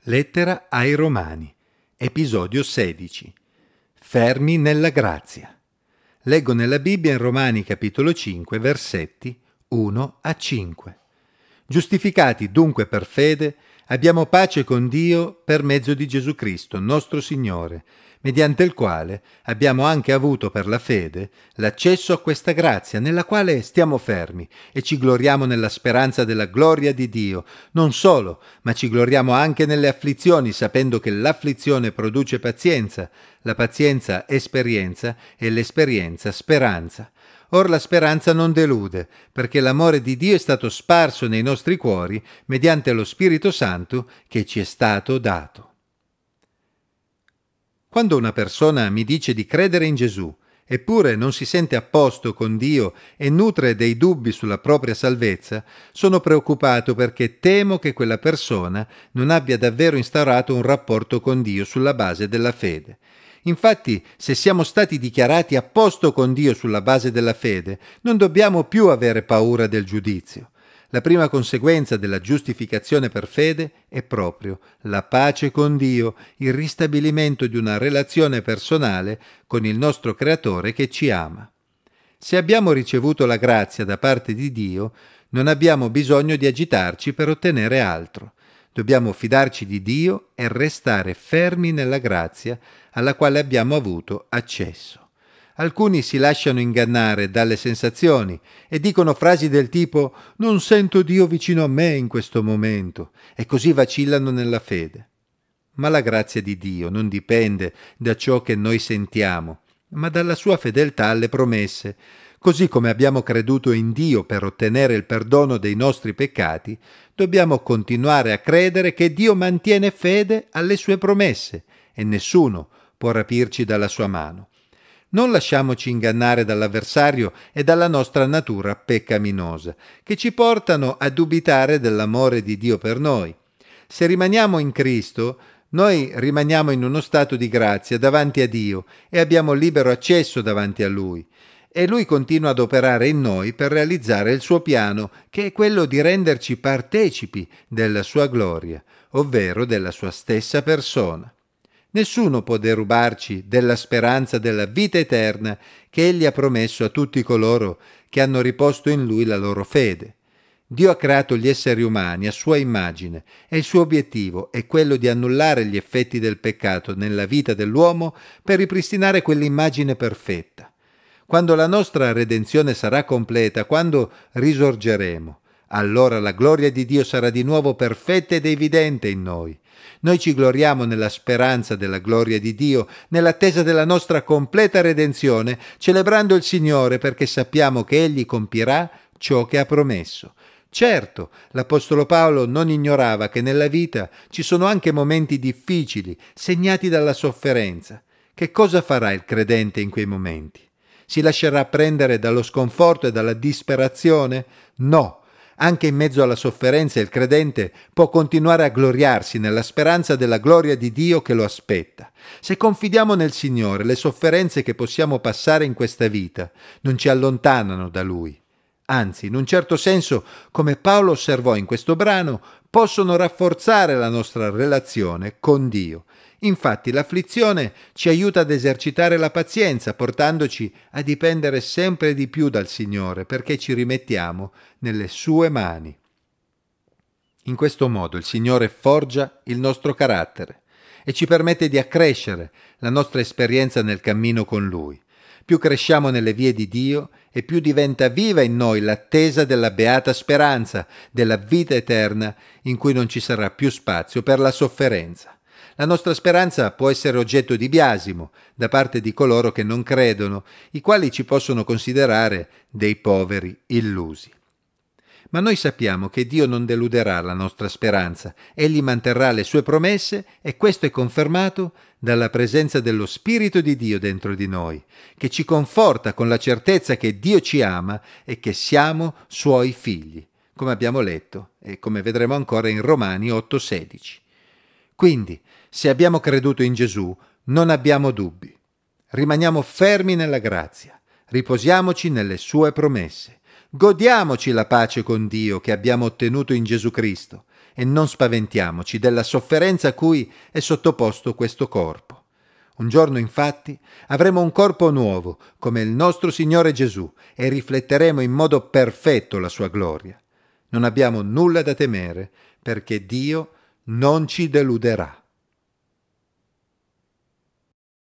Lettera ai Romani, episodio 16. Fermi nella grazia. Leggo nella Bibbia in Romani capitolo 5, versetti 1 a 5. Giustificati dunque per fede, abbiamo pace con Dio per mezzo di Gesù Cristo, nostro Signore, mediante il quale abbiamo anche avuto per la fede l'accesso a questa grazia, nella quale stiamo fermi e ci gloriamo nella speranza della gloria di Dio. Non solo, ma ci gloriamo anche nelle afflizioni, sapendo che l'afflizione produce pazienza, la pazienza esperienza e l'esperienza speranza. Or la speranza non delude, perché l'amore di Dio è stato sparso nei nostri cuori mediante lo Spirito Santo che ci è stato dato. Quando una persona mi dice di credere in Gesù, eppure non si sente a posto con Dio e nutre dei dubbi sulla propria salvezza, sono preoccupato perché temo che quella persona non abbia davvero instaurato un rapporto con Dio sulla base della fede. Infatti, se siamo stati dichiarati a posto con Dio sulla base della fede, non dobbiamo più avere paura del giudizio. La prima conseguenza della giustificazione per fede è proprio la pace con Dio, il ristabilimento di una relazione personale con il nostro Creatore che ci ama. Se abbiamo ricevuto la grazia da parte di Dio, non abbiamo bisogno di agitarci per ottenere altro. Dobbiamo fidarci di Dio e restare fermi nella grazia alla quale abbiamo avuto accesso. Alcuni si lasciano ingannare dalle sensazioni e dicono frasi del tipo «Non sento Dio vicino a me in questo momento» e così vacillano nella fede. Ma la grazia di Dio non dipende da ciò che noi sentiamo, ma dalla sua fedeltà alle promesse. Così come abbiamo creduto in Dio per ottenere il perdono dei nostri peccati, dobbiamo continuare a credere che Dio mantiene fede alle sue promesse e nessuno può rapirci dalla sua mano. Non lasciamoci ingannare dall'avversario e dalla nostra natura peccaminosa, che ci portano a dubitare dell'amore di Dio per noi. Se rimaniamo in Cristo, noi rimaniamo in uno stato di grazia davanti a Dio e abbiamo libero accesso davanti a Lui. E Lui continua ad operare in noi per realizzare il suo piano, che è quello di renderci partecipi della sua gloria, ovvero della sua stessa persona. Nessuno può derubarci della speranza della vita eterna che Egli ha promesso a tutti coloro che hanno riposto in Lui la loro fede. Dio ha creato gli esseri umani a sua immagine e il suo obiettivo è quello di annullare gli effetti del peccato nella vita dell'uomo per ripristinare quell'immagine perfetta. Quando la nostra redenzione sarà completa, quando risorgeremo, allora la gloria di Dio sarà di nuovo perfetta ed evidente in noi. Noi ci gloriamo nella speranza della gloria di Dio, nell'attesa della nostra completa redenzione, celebrando il Signore perché sappiamo che Egli compierà ciò che ha promesso. Certo, l'Apostolo Paolo non ignorava che nella vita ci sono anche momenti difficili, segnati dalla sofferenza. Che cosa farà il credente in quei momenti? Si lascerà prendere dallo sconforto e dalla disperazione? No! Anche in mezzo alla sofferenza il credente può continuare a gloriarsi nella speranza della gloria di Dio che lo aspetta. Se confidiamo nel Signore, le sofferenze che possiamo passare in questa vita non ci allontanano da Lui. Anzi, in un certo senso, come Paolo osservò in questo brano, possono rafforzare la nostra relazione con Dio. Infatti l'afflizione ci aiuta ad esercitare la pazienza, portandoci a dipendere sempre di più dal Signore, perché ci rimettiamo nelle sue mani. In questo modo il Signore forgia il nostro carattere e ci permette di accrescere la nostra esperienza nel cammino con Lui. Più cresciamo nelle vie di Dio e più diventa viva in noi l'attesa della beata speranza, della vita eterna, in cui non ci sarà più spazio per la sofferenza. La nostra speranza può essere oggetto di biasimo da parte di coloro che non credono, i quali ci possono considerare dei poveri illusi. Ma noi sappiamo che Dio non deluderà la nostra speranza, Egli manterrà le sue promesse e questo è confermato dalla presenza dello Spirito di Dio dentro di noi, che ci conforta con la certezza che Dio ci ama e che siamo Suoi figli, come abbiamo letto e come vedremo ancora in Romani 8,16. Quindi, se abbiamo creduto in Gesù, non abbiamo dubbi. Rimaniamo fermi nella grazia, riposiamoci nelle sue promesse, godiamoci la pace con Dio che abbiamo ottenuto in Gesù Cristo e non spaventiamoci della sofferenza a cui è sottoposto questo corpo. Un giorno, infatti, avremo un corpo nuovo, come il nostro Signore Gesù, e rifletteremo in modo perfetto la sua gloria. Non abbiamo nulla da temere, perché Dio non ci deluderà.